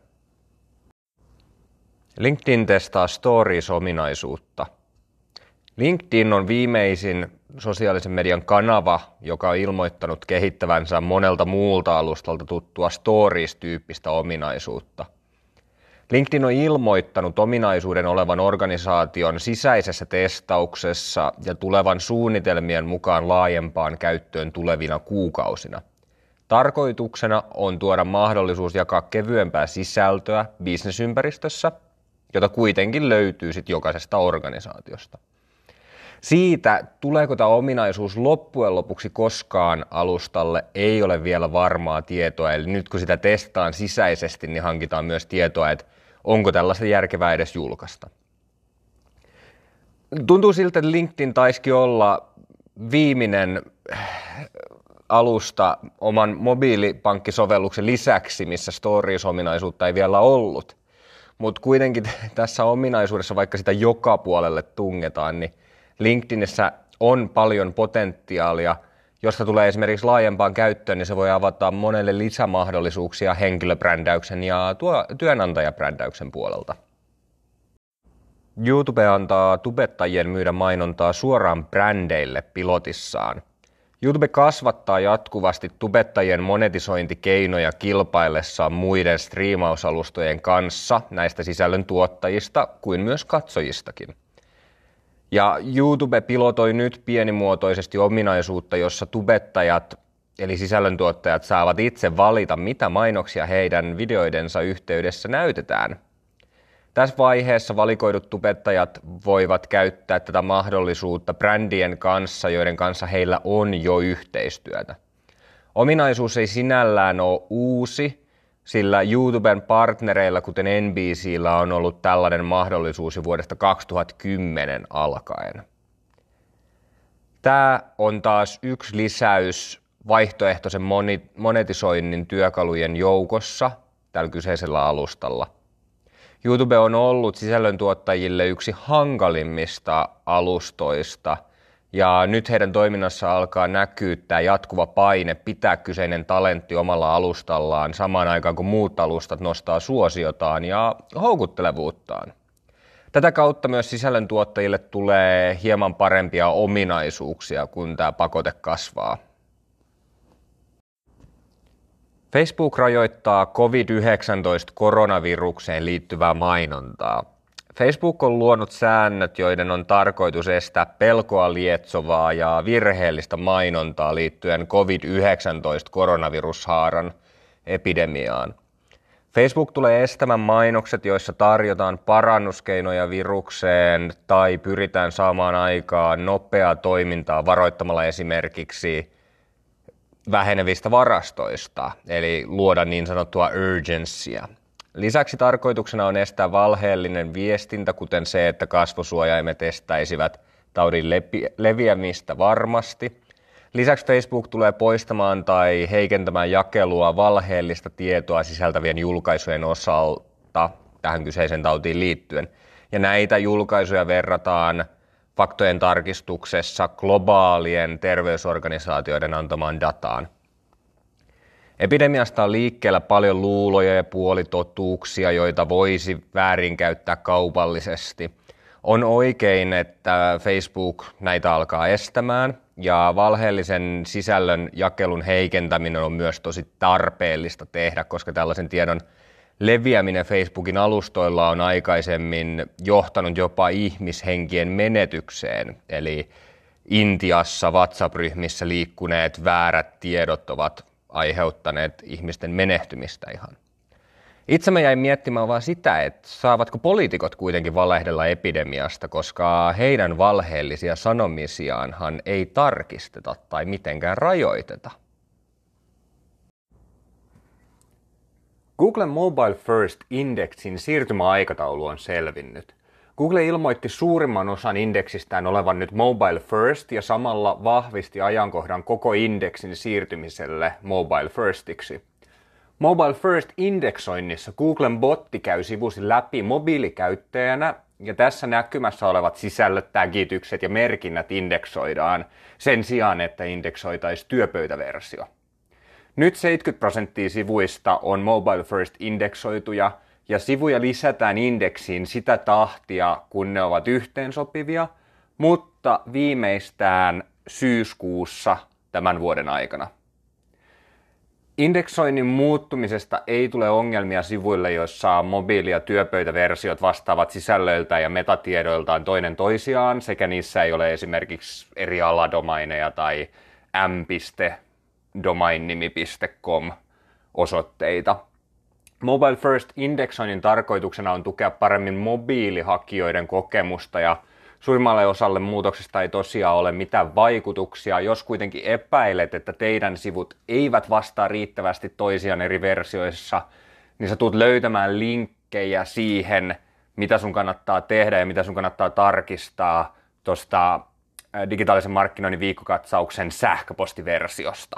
LinkedIn testaa Stories-ominaisuutta. LinkedIn on viimeisin sosiaalisen median kanava, joka on ilmoittanut kehittävänsä monelta muulta alustalta tuttua Stories-tyyppistä ominaisuutta. LinkedIn on ilmoittanut ominaisuuden olevan organisaation sisäisessä testauksessa ja tulevan suunnitelmien mukaan laajempaan käyttöön tulevina kuukausina. Tarkoituksena on tuoda mahdollisuus jakaa kevyempää sisältöä businessympäristössä, jota kuitenkin löytyy sit jokaisesta organisaatiosta. Siitä, tuleeko tämä ominaisuus loppujen lopuksi koskaan alustalle, ei ole vielä varmaa tietoa. Eli nyt kun sitä testaan sisäisesti, niin hankitaan myös tietoa, että onko tällaista järkevää edes julkaista. Tuntuu siltä, että LinkedIn taisikin olla viimeinen alusta oman mobiilipankkisovelluksen lisäksi, missä Stories-ominaisuutta ei vielä ollut. Mutta kuitenkin tässä ominaisuudessa, vaikka sitä joka puolelle tungetaan, niin LinkedInissä on paljon potentiaalia, josta tulee esimerkiksi laajempaan käyttöön, niin se voi avata monelle lisämahdollisuuksia henkilöbrändäyksen ja työnantajabrändäyksen puolelta. YouTube antaa tubettajien myydä mainontaa suoraan brändeille pilotissaan. YouTube kasvattaa jatkuvasti tubettajien monetisointikeinoja kilpaillessaan muiden striimausalustojen kanssa näistä sisällön tuottajista kuin myös katsojistakin. Ja YouTube pilotoi nyt pienimuotoisesti ominaisuutta, jossa tubettajat eli sisällöntuottajat saavat itse valita, mitä mainoksia heidän videoidensa yhteydessä näytetään. Tässä vaiheessa valikoidut tubettajat voivat käyttää tätä mahdollisuutta brändien kanssa, joiden kanssa heillä on jo yhteistyötä. Ominaisuus ei sinällään ole uusi, sillä YouTuben partnereilla, kuten NBC:llä, on ollut tällainen mahdollisuus jo vuodesta 2010 alkaen. Tämä on taas yksi lisäys vaihtoehtoisen monetisoinnin työkalujen joukossa tällä kyseisellä alustalla. YouTube on ollut sisällöntuottajille yksi hankalimmista alustoista, ja nyt heidän toiminnassa alkaa näkyä tämä jatkuva paine pitää kyseinen talentti omalla alustallaan samaan aikaan, kun muut alustat nostaa suosiotaan ja houkuttelevuuttaan. Tätä kautta myös sisällöntuottajille tulee hieman parempia ominaisuuksia, kun tämä pakote kasvaa. Facebook rajoittaa COVID-19-koronavirukseen liittyvää mainontaa. Facebook on luonut säännöt, joiden on tarkoitus estää pelkoa lietsovaa ja virheellistä mainontaa liittyen COVID-19-koronavirushaaran epidemiaan. Facebook tulee estämään mainokset, joissa tarjotaan parannuskeinoja virukseen tai pyritään saamaan aikaan nopeaa toimintaa varoittamalla esimerkiksi vähenevistä varastoista, eli luoda niin sanottua urgencyä. Lisäksi tarkoituksena on estää valheellinen viestintä, kuten se, että kasvosuojaimet estäisivät taudin leviämistä varmasti. Lisäksi Facebook tulee poistamaan tai heikentämään jakelua valheellista tietoa sisältävien julkaisujen osalta tähän kyseiseen tautiin liittyen. Ja näitä julkaisuja verrataan faktojen tarkistuksessa globaalien terveysorganisaatioiden antamaan dataan. Epidemiasta on liikkeellä paljon luuloja ja puolitotuuksia, joita voisi väärinkäyttää kaupallisesti. On oikein, että Facebook näitä alkaa estämään, ja valheellisen sisällön jakelun heikentäminen on myös tosi tarpeellista tehdä, koska tällaisen tiedon leviäminen Facebookin alustoilla on aikaisemmin johtanut jopa ihmishenkien menetykseen. Eli Intiassa WhatsApp-ryhmissä liikkuneet väärät tiedot ovat aiheuttaneet ihmisten menehtymistä ihan. Itse mä jäin miettimään vaan sitä, että saavatko poliitikot kuitenkin valehdella epidemiasta, koska heidän valheellisia sanomisiaanhan ei tarkisteta tai mitenkään rajoiteta. Googlen Mobile First Indexin siirtymäaikataulu on selvinnyt. Google ilmoitti suurimman osan indeksistään olevan nyt Mobile First ja samalla vahvisti ajankohdan koko indeksin siirtymiselle Mobile Firstiksi. Mobile First-indeksoinnissa Googlen botti käy sivusi läpi mobiilikäyttäjänä ja tässä näkymässä olevat sisällöt, tagitykset ja merkinnät indeksoidaan sen sijaan, että indeksoitaisiin työpöytäversio. Nyt 70% sivuista on Mobile First indeksoituja ja sivuja lisätään indeksiin sitä tahtia, kun ne ovat yhteensopivia, mutta viimeistään syyskuussa tämän vuoden aikana. Indeksoinnin muuttumisesta ei tule ongelmia sivuille, joissa mobiili- ja työpöytäversiot vastaavat sisällöiltään ja metatiedoiltaan toinen toisiaan, sekä niissä ei ole esimerkiksi eri aladomaineja tai m.domainnimi.com osoitteita. Mobile First indeksoinnin tarkoituksena on tukea paremmin mobiilihakijoiden kokemusta ja suurimmalle osalle muutoksesta ei tosiaan ole mitään vaikutuksia. Jos kuitenkin epäilet, että teidän sivut eivät vastaa riittävästi toisiaan eri versioissa, niin sä tulet löytämään linkkejä siihen, mitä sun kannattaa tehdä ja mitä sun kannattaa tarkistaa tuosta digitaalisen markkinoinnin viikkokatsauksen sähköpostiversiosta.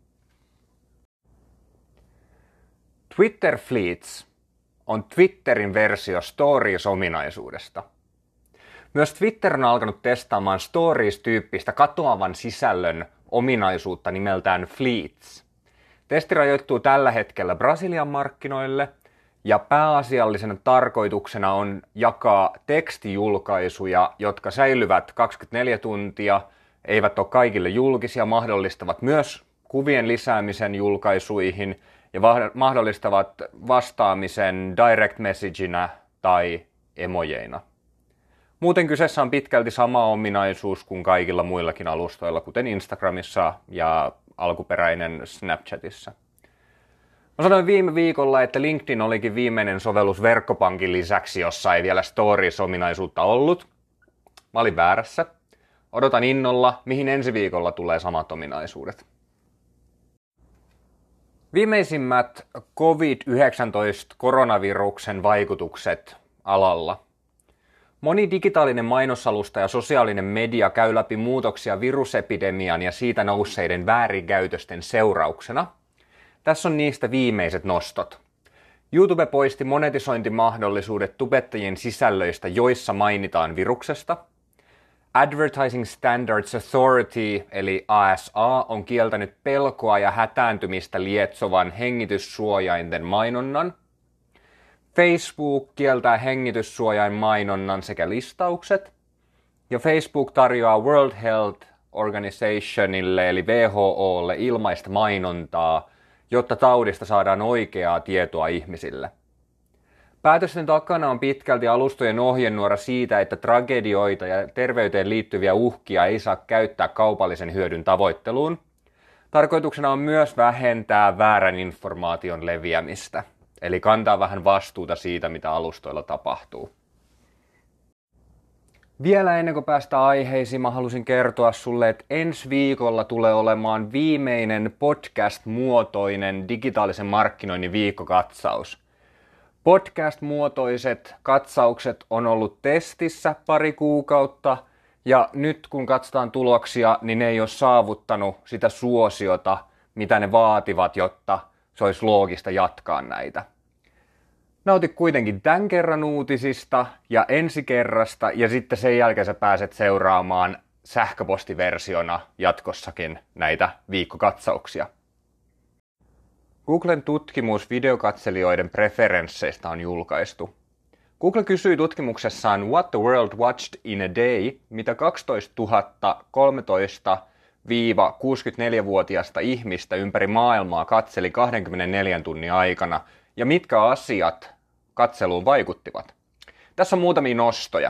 Twitter Fleets on Twitterin versio Stories-ominaisuudesta. Myös Twitter on alkanut testaamaan Stories-tyyppistä katoavan sisällön ominaisuutta nimeltään Fleets. Testi rajoittuu tällä hetkellä Brasilian markkinoille ja pääasiallisena tarkoituksena on jakaa tekstijulkaisuja, jotka säilyvät 24 tuntia, eivät ole kaikille julkisia, mahdollistavat myös kuvien lisäämisen julkaisuihin ja mahdollistavat vastaamisen direct messageina tai emojeina. Muuten kyseessä on pitkälti sama ominaisuus kuin kaikilla muillakin alustoilla, kuten Instagramissa ja alkuperäinen Snapchatissa. Mä sanoin viime viikolla, että LinkedIn olikin viimeinen sovellus verkkopankin lisäksi, jossa ei vielä Stories-ominaisuutta ollut. Mä olin väärässä. Odotan innolla, mihin ensi viikolla tulee samat ominaisuudet. Viimeisimmät COVID-19-koronaviruksen vaikutukset alalla. Moni digitaalinen mainosalusta ja sosiaalinen media käy läpi muutoksia virusepidemian ja siitä nousseiden väärinkäytösten seurauksena. Tässä on niistä viimeiset nostot. YouTube poisti monetisointimahdollisuudet tubettajien sisällöistä, joissa mainitaan viruksesta. Advertising Standards Authority eli ASA on kieltänyt pelkoa ja hätääntymistä lietsovan hengityssuojainten mainonnan. Facebook kieltää hengityssuojainmainonnan sekä listaukset. Ja Facebook tarjoaa World Health Organizationille eli WHOlle ilmaista mainontaa jotta taudista saadaan oikeaa tietoa ihmisille. Päätösten takana on pitkälti alustojen ohjenuora siitä, että tragedioita ja terveyteen liittyviä uhkia ei saa käyttää kaupallisen hyödyn tavoitteluun. Tarkoituksena on myös vähentää väärän informaation leviämistä, eli kantaa vähän vastuuta siitä, mitä alustoilla tapahtuu. Vielä ennen kuin päästään aiheisiin, mä halusin kertoa sulle, että ensi viikolla tulee olemaan viimeinen podcast-muotoinen digitaalisen markkinoinnin viikkokatsaus. Podcast-muotoiset katsaukset on ollut testissä pari kuukautta, ja nyt kun katsotaan tuloksia, niin ne ei ole saavuttanut sitä suosiota, mitä ne vaativat, jotta se olisi loogista jatkaa näitä. Nauti kuitenkin tämän kerran uutisista ja ensi kerrasta, ja sitten sen jälkeen sä pääset seuraamaan sähköpostiversiona jatkossakin näitä viikkokatsauksia. Googlen tutkimus videokatselijoiden preferensseistä on julkaistu. Google kysyi tutkimuksessaan What the World Watched in a Day, mitä 12 034-64-vuotiaista ihmistä ympäri maailmaa katseli 24 tunnin aikana, ja mitkä asiat katseluun vaikuttivat. Tässä on muutamia nostoja.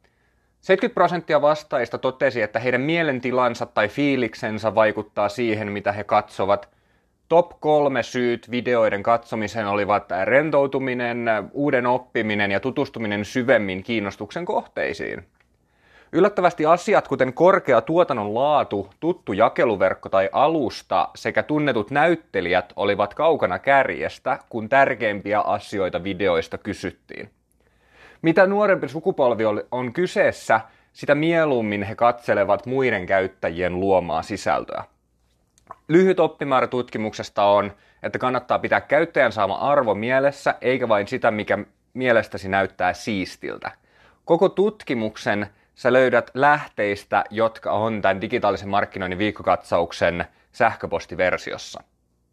70% vastaajista totesi, että heidän mielentilansa tai fiiliksensä vaikuttaa siihen, mitä he katsovat. Top 3 syyt videoiden katsomiseen olivat rentoutuminen, uuden oppiminen ja tutustuminen syvemmin kiinnostuksen kohteisiin. Yllättävästi asiat, kuten korkea tuotannon laatu, tuttu jakeluverkko tai alusta sekä tunnetut näyttelijät olivat kaukana kärjestä, kun tärkeimpiä asioita videoista kysyttiin. Mitä nuorempi sukupolvi on kyseessä, sitä mieluummin he katselevat muiden käyttäjien luomaa sisältöä. Lyhyt oppimäärä tutkimuksesta on, että kannattaa pitää käyttäjän saama arvo mielessä, eikä vain sitä, mikä mielestäsi näyttää siistiltä. Koko tutkimuksen sä löydät lähteistä, jotka on tämän digitaalisen markkinoinnin viikkokatsauksen sähköpostiversiossa.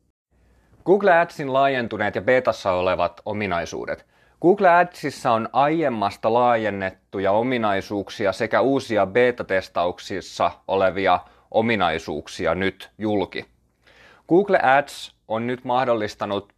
Google Adsin laajentuneet ja betassa olevat ominaisuudet. Google Adsissa on aiemmasta laajennettuja ominaisuuksia sekä uusia beta-testauksissa olevia ominaisuuksia nyt julki. Google Ads on nyt mahdollistanut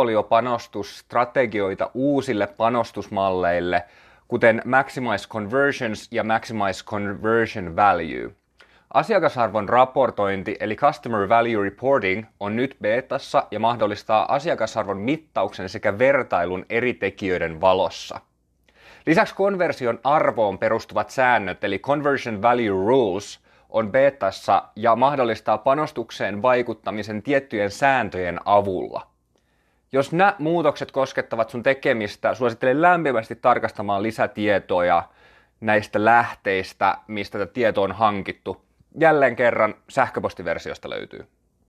portfoliopanostusstrategioita uusille panostusmalleille, kuten Maximize Conversions ja Maximize Conversion Value. Asiakasarvon raportointi eli Customer Value Reporting on nyt betassa ja mahdollistaa asiakasarvon mittauksen sekä vertailun eri tekijöiden valossa. Lisäksi konversion arvoon perustuvat säännöt eli Conversion Value Rules on betassa ja mahdollistaa panostukseen vaikuttamisen tiettyjen sääntöjen avulla. Jos nämä muutokset koskettavat sun tekemistä, suosittelen lämpimästi tarkastamaan lisätietoja näistä lähteistä, mistä tätä tietoa on hankittu. Jälleen kerran sähköpostiversiosta löytyy.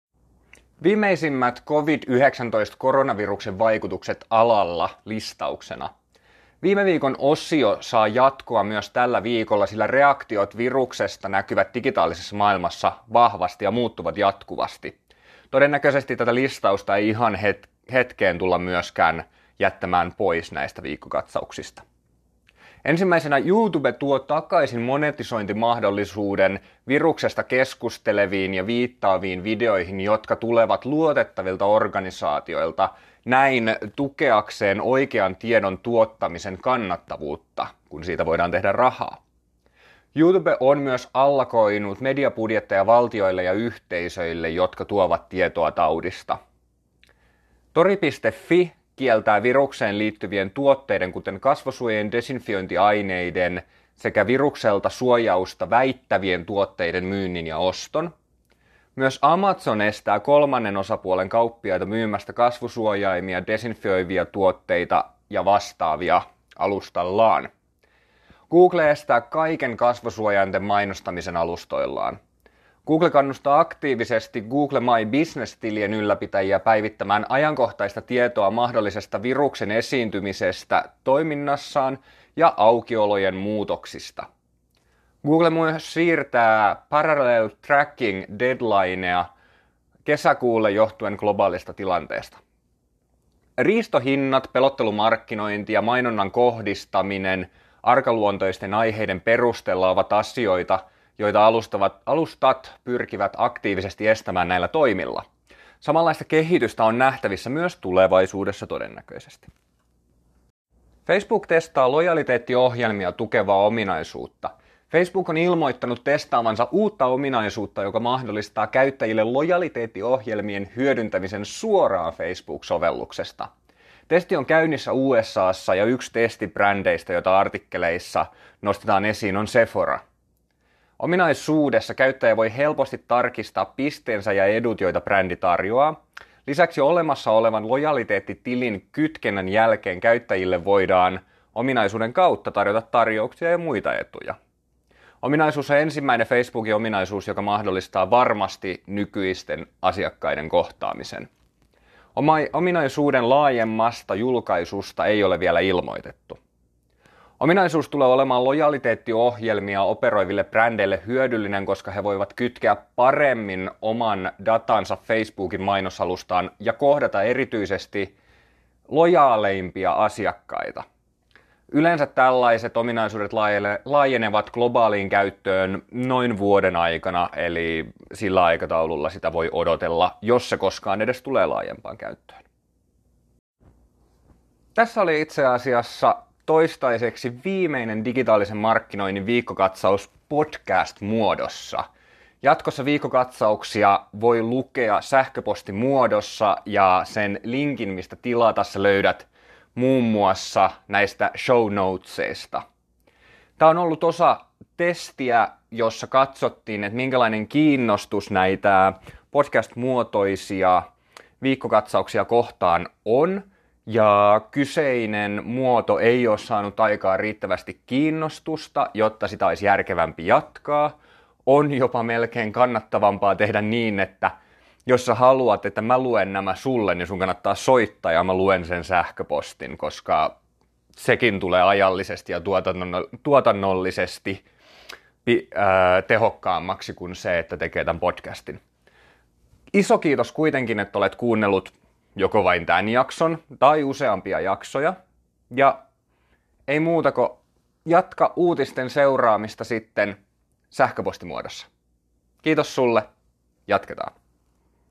Viimeisimmät COVID-19-koronaviruksen vaikutukset alalla listauksena. Viime viikon osio saa jatkoa myös tällä viikolla, sillä reaktiot viruksesta näkyvät digitaalisessa maailmassa vahvasti ja muuttuvat jatkuvasti. Todennäköisesti tätä listausta ei ihan hetkeen tulla myöskään jättämään pois näistä viikkokatsauksista. Ensimmäisenä YouTube tuo takaisin monetisointimahdollisuuden viruksesta keskusteleviin ja viittaaviin videoihin, jotka tulevat luotettavilta organisaatioilta, näin tukeakseen oikean tiedon tuottamisen kannattavuutta, kun siitä voidaan tehdä rahaa. YouTube on myös allokoinut mediabudjetteja valtioille ja yhteisöille, jotka tuovat tietoa taudista. Tori.fi kieltää virukseen liittyvien tuotteiden, kuten kasvosuojien desinfiointiaineiden sekä virukselta suojausta väittävien tuotteiden myynnin ja oston. Myös Amazon estää kolmannen osapuolen kauppiaita myymästä kasvosuojaimia, desinfioivia tuotteita ja vastaavia alustallaan. Google estää kaiken kasvosuojainten mainostamisen alustoillaan. Google kannustaa aktiivisesti Google My Business-tilien ylläpitäjiä päivittämään ajankohtaista tietoa mahdollisesta viruksen esiintymisestä toiminnassaan ja aukiolojen muutoksista. Google myös siirtää Parallel Tracking deadlinea kesäkuulle johtuen globaalista tilanteesta. Riistohinnat, pelottelumarkkinointi ja mainonnan kohdistaminen arkaluontoisten aiheiden perusteella ovat asioita, joita alustat pyrkivät aktiivisesti estämään näillä toimilla. Samanlaista kehitystä on nähtävissä myös tulevaisuudessa todennäköisesti. Facebook testaa lojaliteettiohjelmia tukevaa ominaisuutta. Facebook on ilmoittanut testaavansa uutta ominaisuutta, joka mahdollistaa käyttäjille lojaliteettiohjelmien hyödyntämisen suoraan Facebook-sovelluksesta. Testi on käynnissä USAssa ja yksi testibrändeistä, jota artikkeleissa nostetaan esiin, on Sephora. Ominaisuudessa käyttäjä voi helposti tarkistaa pisteensä ja edut, joita brändi tarjoaa. Lisäksi olemassa olevan lojaliteettitilin kytkennän jälkeen käyttäjille voidaan ominaisuuden kautta tarjota tarjouksia ja muita etuja. Ominaisuus on ensimmäinen Facebookin ominaisuus, joka mahdollistaa varmasti nykyisten asiakkaiden kohtaamisen. Ominaisuuden laajemmasta julkaisusta ei ole vielä ilmoitettu. Ominaisuus tulee olemaan lojaliteettiohjelmia operoiville brändeille hyödyllinen, koska he voivat kytkeä paremmin oman datansa Facebookin mainosalustaan ja kohdata erityisesti lojaaleimpia asiakkaita. Yleensä tällaiset ominaisuudet laajenevat globaaliin käyttöön noin vuoden aikana, eli sillä aikataululla sitä voi odotella, jos se koskaan edes tulee laajempaan käyttöön. Tässä oli itse asiassa toistaiseksi viimeinen digitaalisen markkinoinnin viikkokatsaus podcast-muodossa. Jatkossa viikkokatsauksia voi lukea sähköpostimuodossa ja sen linkin, mistä tilata sä löydät muun muassa näistä show notesista. Tämä on ollut osa testiä, jossa katsottiin, että minkälainen kiinnostus näitä podcast-muotoisia viikkokatsauksia kohtaan on. Ja kyseinen muoto ei ole saanut aikaan riittävästi kiinnostusta, jotta sitä olisi järkevämpi jatkaa. On jopa melkein kannattavampaa tehdä niin, että jos sä haluat, että mä luen nämä sulle, niin sun kannattaa soittaa ja mä luen sen sähköpostin, koska sekin tulee ajallisesti ja tuotannollisesti tehokkaammaksi kuin se, että tekee tämän podcastin. Iso kiitos kuitenkin, että olet kuunnellut joko vain tämän jakson tai useampia jaksoja. Ja ei muuta kuin jatka uutisten seuraamista sitten sähköpostimuodossa. Kiitos sulle. Jatketaan.